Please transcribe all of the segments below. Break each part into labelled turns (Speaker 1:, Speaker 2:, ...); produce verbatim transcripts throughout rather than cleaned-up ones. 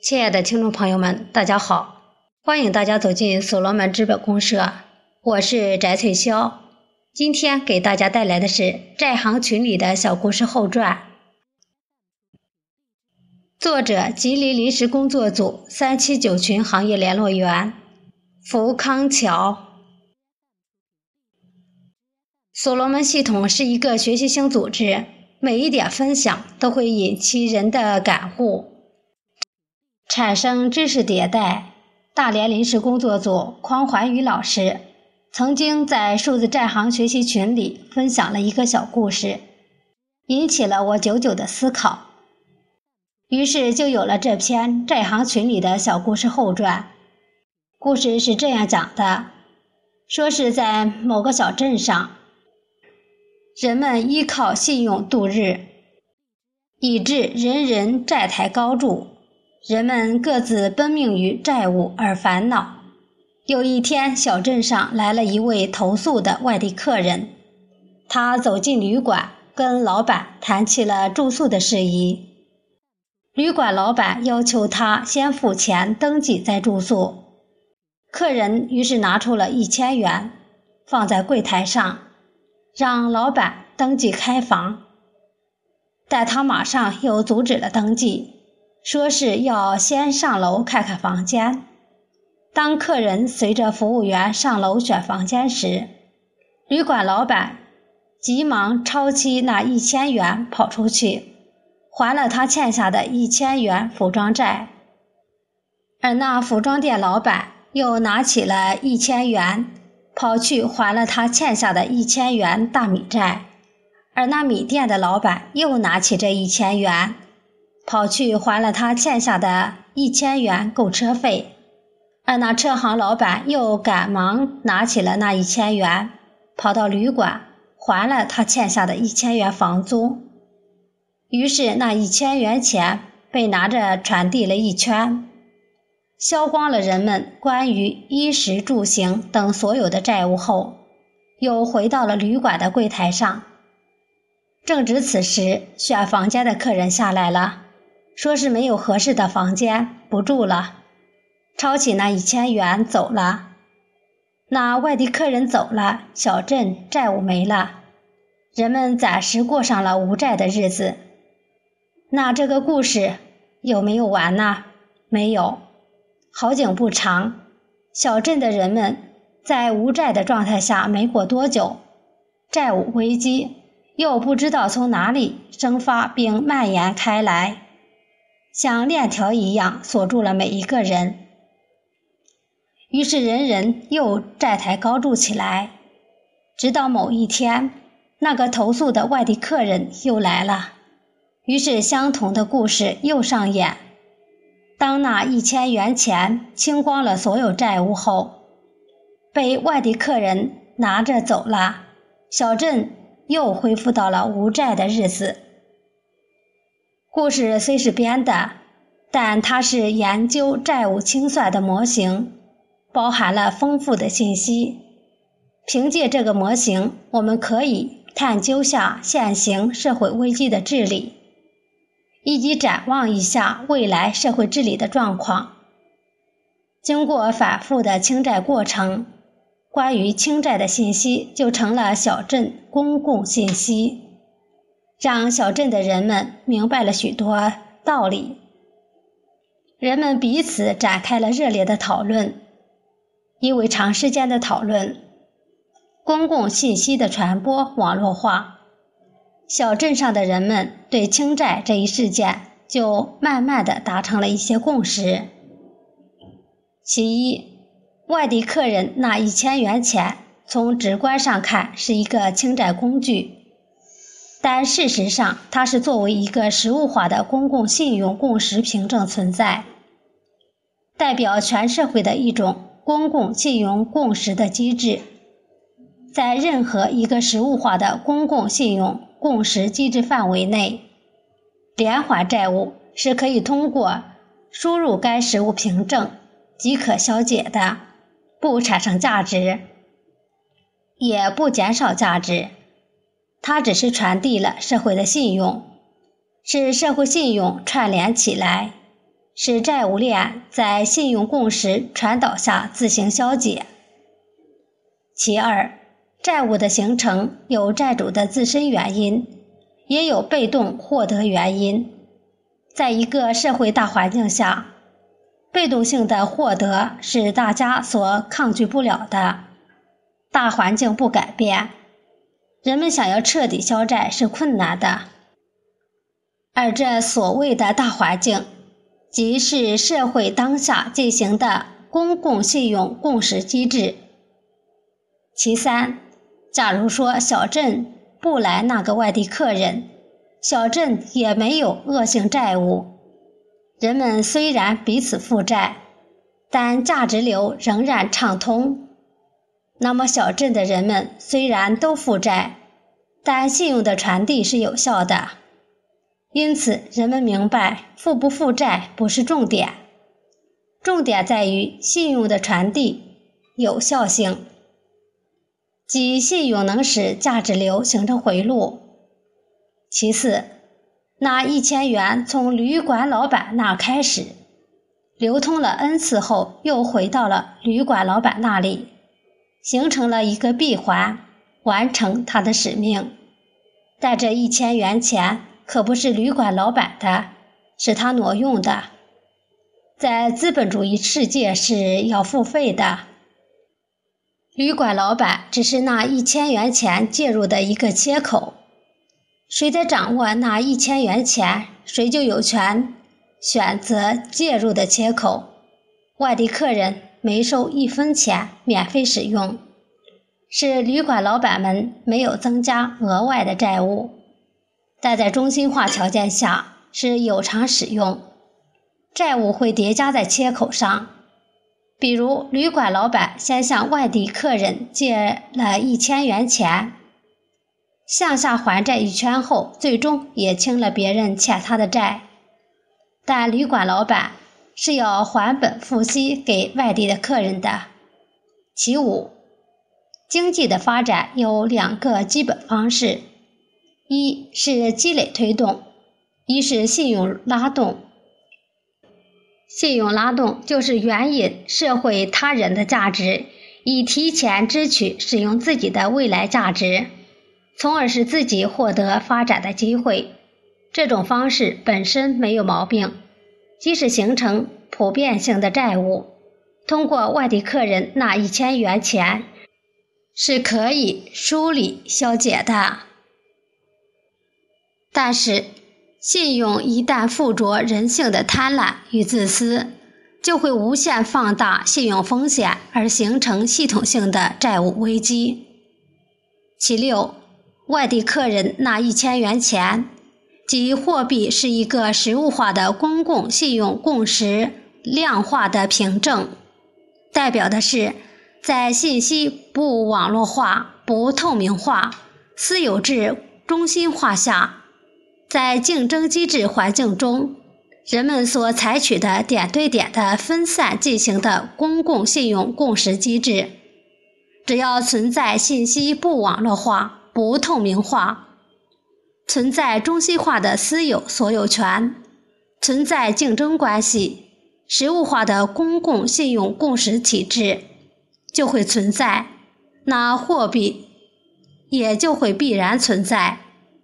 Speaker 1: 亲爱的听众朋友们，大家好，欢迎大家走进所罗门资本公社，我是翟翠霄。今天给大家带来的是债行群里的小故事后传。作者：吉林临时工作组三七九群行业联络员福康桥。所罗门系统是一个学习型组织，每一点分享都会引起人的感悟，产生知识迭代。大连临时工作组匡环宇老师曾经在数字债行学习群里分享了一个小故事，引起了我久久的思考，于是就有了这篇债行群里的小故事后传。故事是这样讲的，说是在某个小镇上，人们依靠信用度日，以致人人债台高筑，人们各自奔命于债务而烦恼。有一天，小镇上来了一位投宿的外地客人，他走进旅馆，跟老板谈起了住宿的事宜。旅馆老板要求他先付钱登记再住宿，客人于是拿出了一千元放在柜台上，让老板登记开房。但他马上又阻止了登记，说是要先上楼看看房间。当客人随着服务员上楼选房间时，旅馆老板急忙抄起那一千元跑出去，还了他欠下的一千元服装债。而那服装店老板又拿起了一千元跑去还了他欠下的一千元大米债。而那米店的老板又拿起这一千元跑去还了他欠下的一千元购车费。而那车行老板又赶忙拿起了那一千元跑到旅馆还了他欠下的一千元房租。于是那一千元钱被拿着传递了一圈，消光了人们关于衣食住行等所有的债务后，又回到了旅馆的柜台上。正值此时，选房间的客人下来了，说是没有合适的房间，不住了，抄起那一千元走了。那外地客人走了，小镇债务没了，人们暂时过上了无债的日子。那这个故事有没有完呢？没有。好景不长，小镇的人们在无债的状态下没过多久，债务危机又不知道从哪里生发并蔓延开来，像链条一样锁住了每一个人。于是人人又债台高筑起来，直到某一天，那个投宿的外地客人又来了，于是相同的故事又上演。当那一千元钱清光了所有债务后，被外地客人拿着走了，小镇又恢复到了无债的日子。故事虽是编的，但它是研究债务清算的模型，包含了丰富的信息。凭借这个模型，我们可以探究下现行社会危机的治理，以及展望一下未来社会治理的状况。经过反复的清债过程，关于清债的信息就成了小镇公共信息，让小镇的人们明白了许多道理。人们彼此展开了热烈的讨论。因为长时间的讨论，公共信息的传播网络化，小镇上的人们对清债这一事件就慢慢地达成了一些共识。其一，外地客人那一千元钱从直观上看是一个清债工具，但事实上它是作为一个实物化的公共信用共识凭证存在，代表全社会的一种公共信用共识的机制。在任何一个实物化的公共信用共识机制范围内，连环债务是可以通过输入该实物凭证即可消解的，不产生价值，也不减少价值，它只是传递了社会的信用，使社会信用串联起来， 使债务链在信用共识传导下自行消解。其二，债务的形成有债主的自身原因，也有被动获得原因。在一个社会大环境下，被动性的获得是大家所抗拒不了的，大环境不改变，人们想要彻底消债是困难的。而这所谓的大环境，即是社会当下进行的公共信用共识机制。其三，假如说小镇不来那个外地客人，小镇也没有恶性债务，人们虽然彼此负债，但价值流仍然畅通。那么小镇的人们虽然都负债，但信用的传递是有效的。因此人们明白负不负债不是重点，重点在于信用的传递有效性，即信用能使价值流形成回路。其次，那一千元从旅馆老板那开始，流通了 N 次后又回到了旅馆老板那里，形成了一个闭环，完成他的使命。但这一千元钱可不是旅馆老板的，是他挪用的。在资本主义世界是要付费的，旅馆老板只是那一千元钱介入的一个切口，谁在掌握那一千元钱，谁就有权选择介入的切口。外地客人没收一分钱，免费使用，是旅馆老板们没有增加额外的债务，但在中心化条件下是有偿使用，债务会叠加在切口上。比如旅馆老板先向外地客人借了一千元钱，向下还债一圈后，最终也清了别人欠他的债，但旅馆老板是要还本付息给外地的客人的。其五，经济的发展有两个基本方式，一是积累推动，一是信用拉动。信用拉动就是援引社会他人的价值，以提前支取使用自己的未来价值，从而使自己获得发展的机会。这种方式本身没有毛病，即使形成普遍性的债务，通过外地客人那一千元钱是可以梳理消解的。但是信用一旦附着人性的贪婪与自私，就会无限放大信用风险，而形成系统性的债务危机。其六，外地客人那一千元钱，即货币是一个实物化的公共信用共识量化的凭证，代表的是在信息不网络化、不透明化、私有制中心化下，在竞争机制环境中，人们所采取的点对点的分散进行的公共信用共识机制。只要存在信息不网络化、不透明化，存在中心化的私有所有权，存在竞争关系，实物化的公共信用共识体制就会存在，那货币也就会必然存在。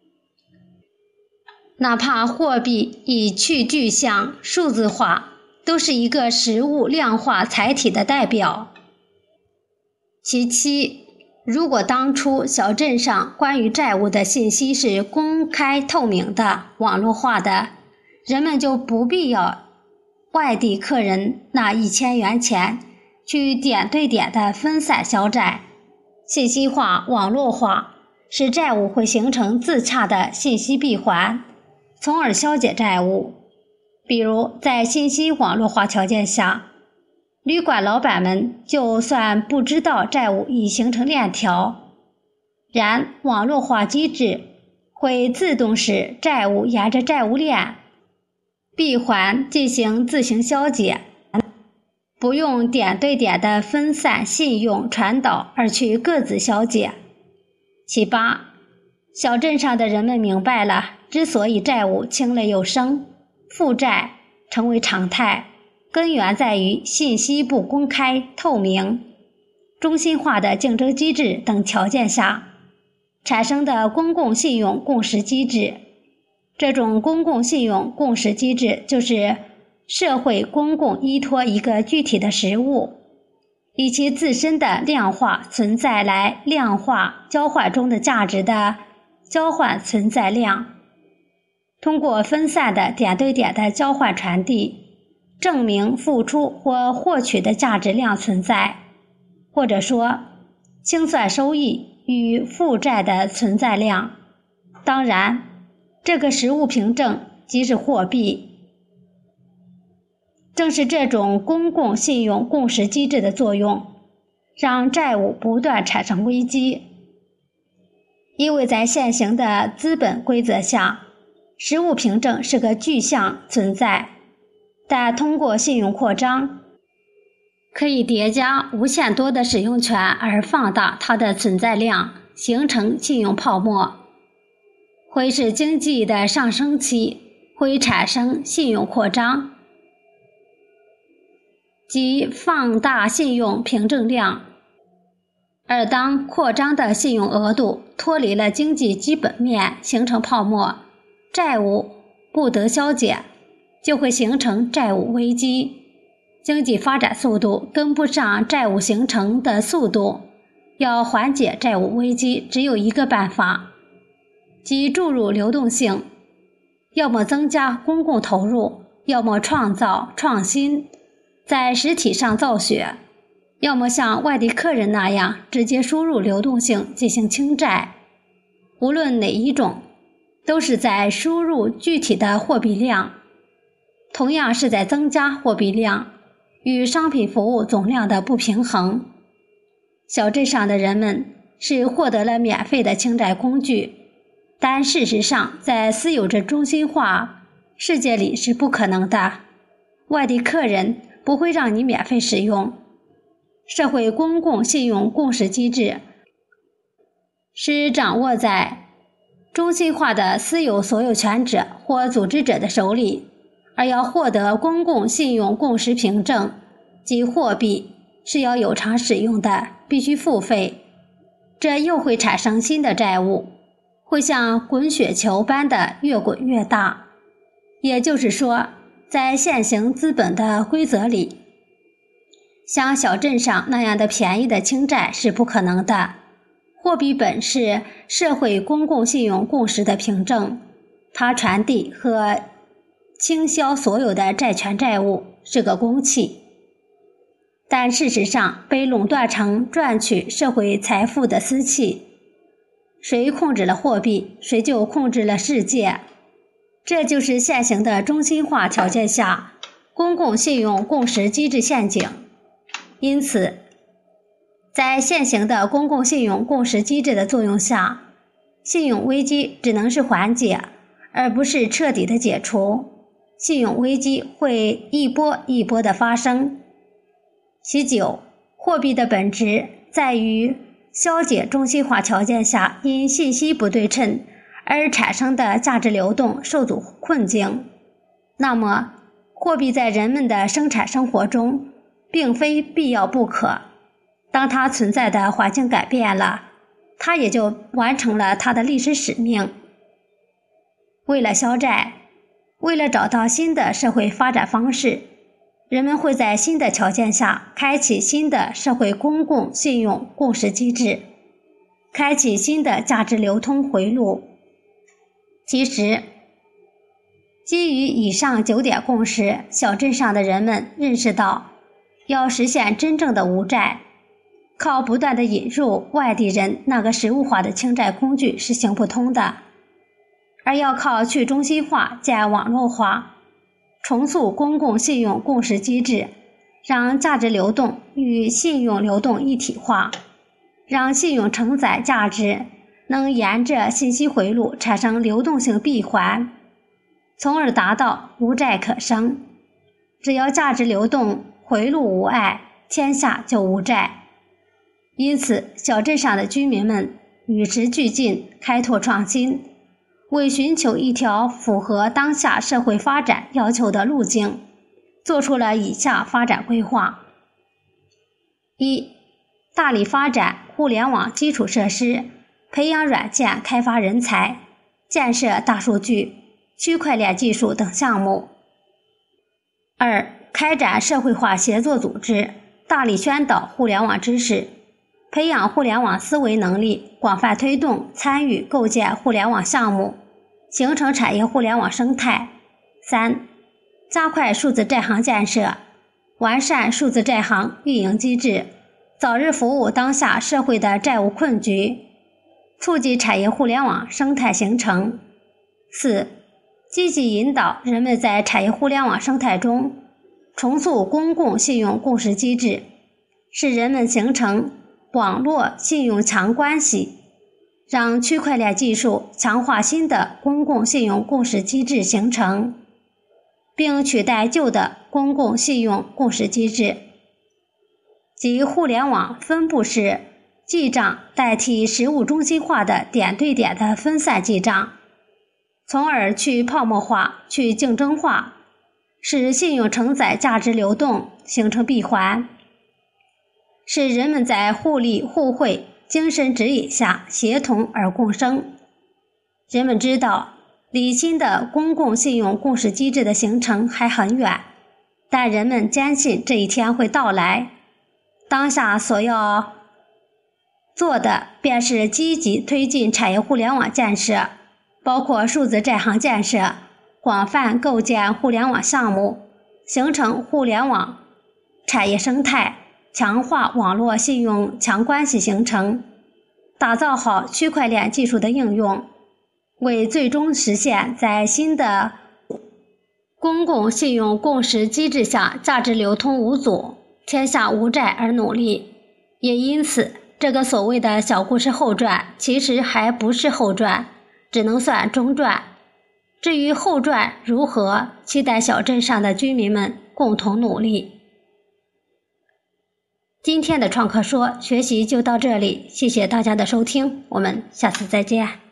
Speaker 1: 哪怕货币以去具象、数字化，都是一个实物量化载体的代表。其七，如果当初小镇上关于债务的信息是公开透明的、网络化的，人们就不必要外地客人那一千元钱去点对点的分散消债。信息化、网络化使债务会形成自洽的信息闭环，从而消解债务。比如在信息网络化条件下，旅馆老板们就算不知道债务已形成链条，然网络化机制会自动使债务沿着债务链闭环进行自行消解，不用点对点的分散信用传导而去各自消解。其八，小镇上的人们明白了，之所以债务清了又生，负债成为常态，根源在于信息不公开透明、中心化的竞争机制等条件下产生的公共信用共识机制。这种公共信用共识机制就是社会公共依托一个具体的实物，以其自身的量化存在来量化交换中的价值的交换存在量，通过分散的点对点的交换传递，证明付出或获取的价值量存在，或者说清算收益与负债的存在量。当然，这个实物凭证即是货币。正是这种公共信用共识机制的作用，让债务不断产生危机。因为在现行的资本规则下，实物凭证是个具象存在，但通过信用扩张，可以叠加无限多的使用权而放大它的存在量，形成信用泡沫。会使经济的上升期会产生信用扩张，即放大信用凭证量，而当扩张的信用额度脱离了经济基本面，形成泡沫，债务不得消解，就会形成债务危机。经济发展速度跟不上债务形成的速度，要缓解债务危机，只有一个办法，即注入流动性，要么增加公共投入，要么创造创新，在实体上造血，要么像外地客人那样直接输入流动性进行清债。无论哪一种，都是在输入具体的货币量，同样是在增加货币量与商品服务总量的不平衡。小镇上的人们是获得了免费的清债工具，但事实上在私有制中心化世界里是不可能的，外地客人不会让你免费使用。社会公共信用共识机制是掌握在中心化的私有所有权者或组织者的手里，而要获得公共信用共识凭证，即货币，是要有偿使用的，必须付费。这又会产生新的债务，会像滚雪球般的越滚越大。也就是说，在现行资本的规则里，像小镇上那样的便宜的清债是不可能的。货币本是社会公共信用共识的凭证，它传递和倾销所有的债权债务，是个公器，但事实上被垄断成赚取社会财富的私器。谁控制了货币，谁就控制了世界。这就是现行的中心化条件下公共信用共识机制陷阱。因此，在现行的公共信用共识机制的作用下，信用危机只能是缓解，而不是彻底的解除。信用危机会一波一波的发生。其九，货币的本质在于消解中心化条件下因信息不对称而产生的价值流动受阻困境。那么，货币在人们的生产生活中并非必要不可。当它存在的环境改变了，它也就完成了它的历史使命。为了消债，为了找到新的社会发展方式，人们会在新的条件下开启新的社会公共信用共识机制，开启新的价值流通回路。其实，基于以上九点共识，小镇上的人们认识到，要实现真正的无债，靠不断的引入外地人那个实物化的清债工具是行不通的，而要靠去中心化建网络化，重塑公共信用共识机制，让价值流动与信用流动一体化，让信用承载价值能沿着信息回路产生流动性闭环，从而达到无债可生。只要价值流动回路无碍，天下就无债。因此，小镇上的居民们与时俱进，开拓创新， 为寻求一条符合当下社会发展要求的路径，做出了以下发展规划：一、大力发展互联网基础设施，培养软件开发人才，建设大数据、区块链技术等项目。二、开展社会化协作组织，大力宣导互联网知识，培养互联网思维能力，广泛推动参与构建互联网项目，形成产业互联网生态。三、加快数字债行建设，完善数字债行运营机制，早日服务当下社会的债务困局，促进产业互联网生态形成。四、积极引导人们在产业互联网生态中重塑公共信用共识机制，使人们形成网络信用强关系，让区块链技术强化新的公共信用共识机制形成，并取代旧的公共信用共识机制，即互联网分布式记账代替实物中心化的点对点的分散记账，从而去泡沫化、去竞争化，使信用承载价值流动形成闭环，使人们在互利互惠精神指引下协同而共生。人们知道，离新的公共信用共识机制的形成还很远，但人们坚信这一天会到来。当下所要做的便是积极推进产业互联网建设，包括数字债行建设，广泛构建互联网项目，形成互联网产业生态，强化网络信用强关系形成，打造好区块链技术的应用，为最终实现在新的公共信用共识机制下价值流通无阻、天下无债而努力。也因此，这个所谓的小故事后传其实还不是后传，只能算中传。至于后传如何，期待小镇上的居民们共同努力。今天的创客说学习就到这里，谢谢大家的收听，我们下次再见。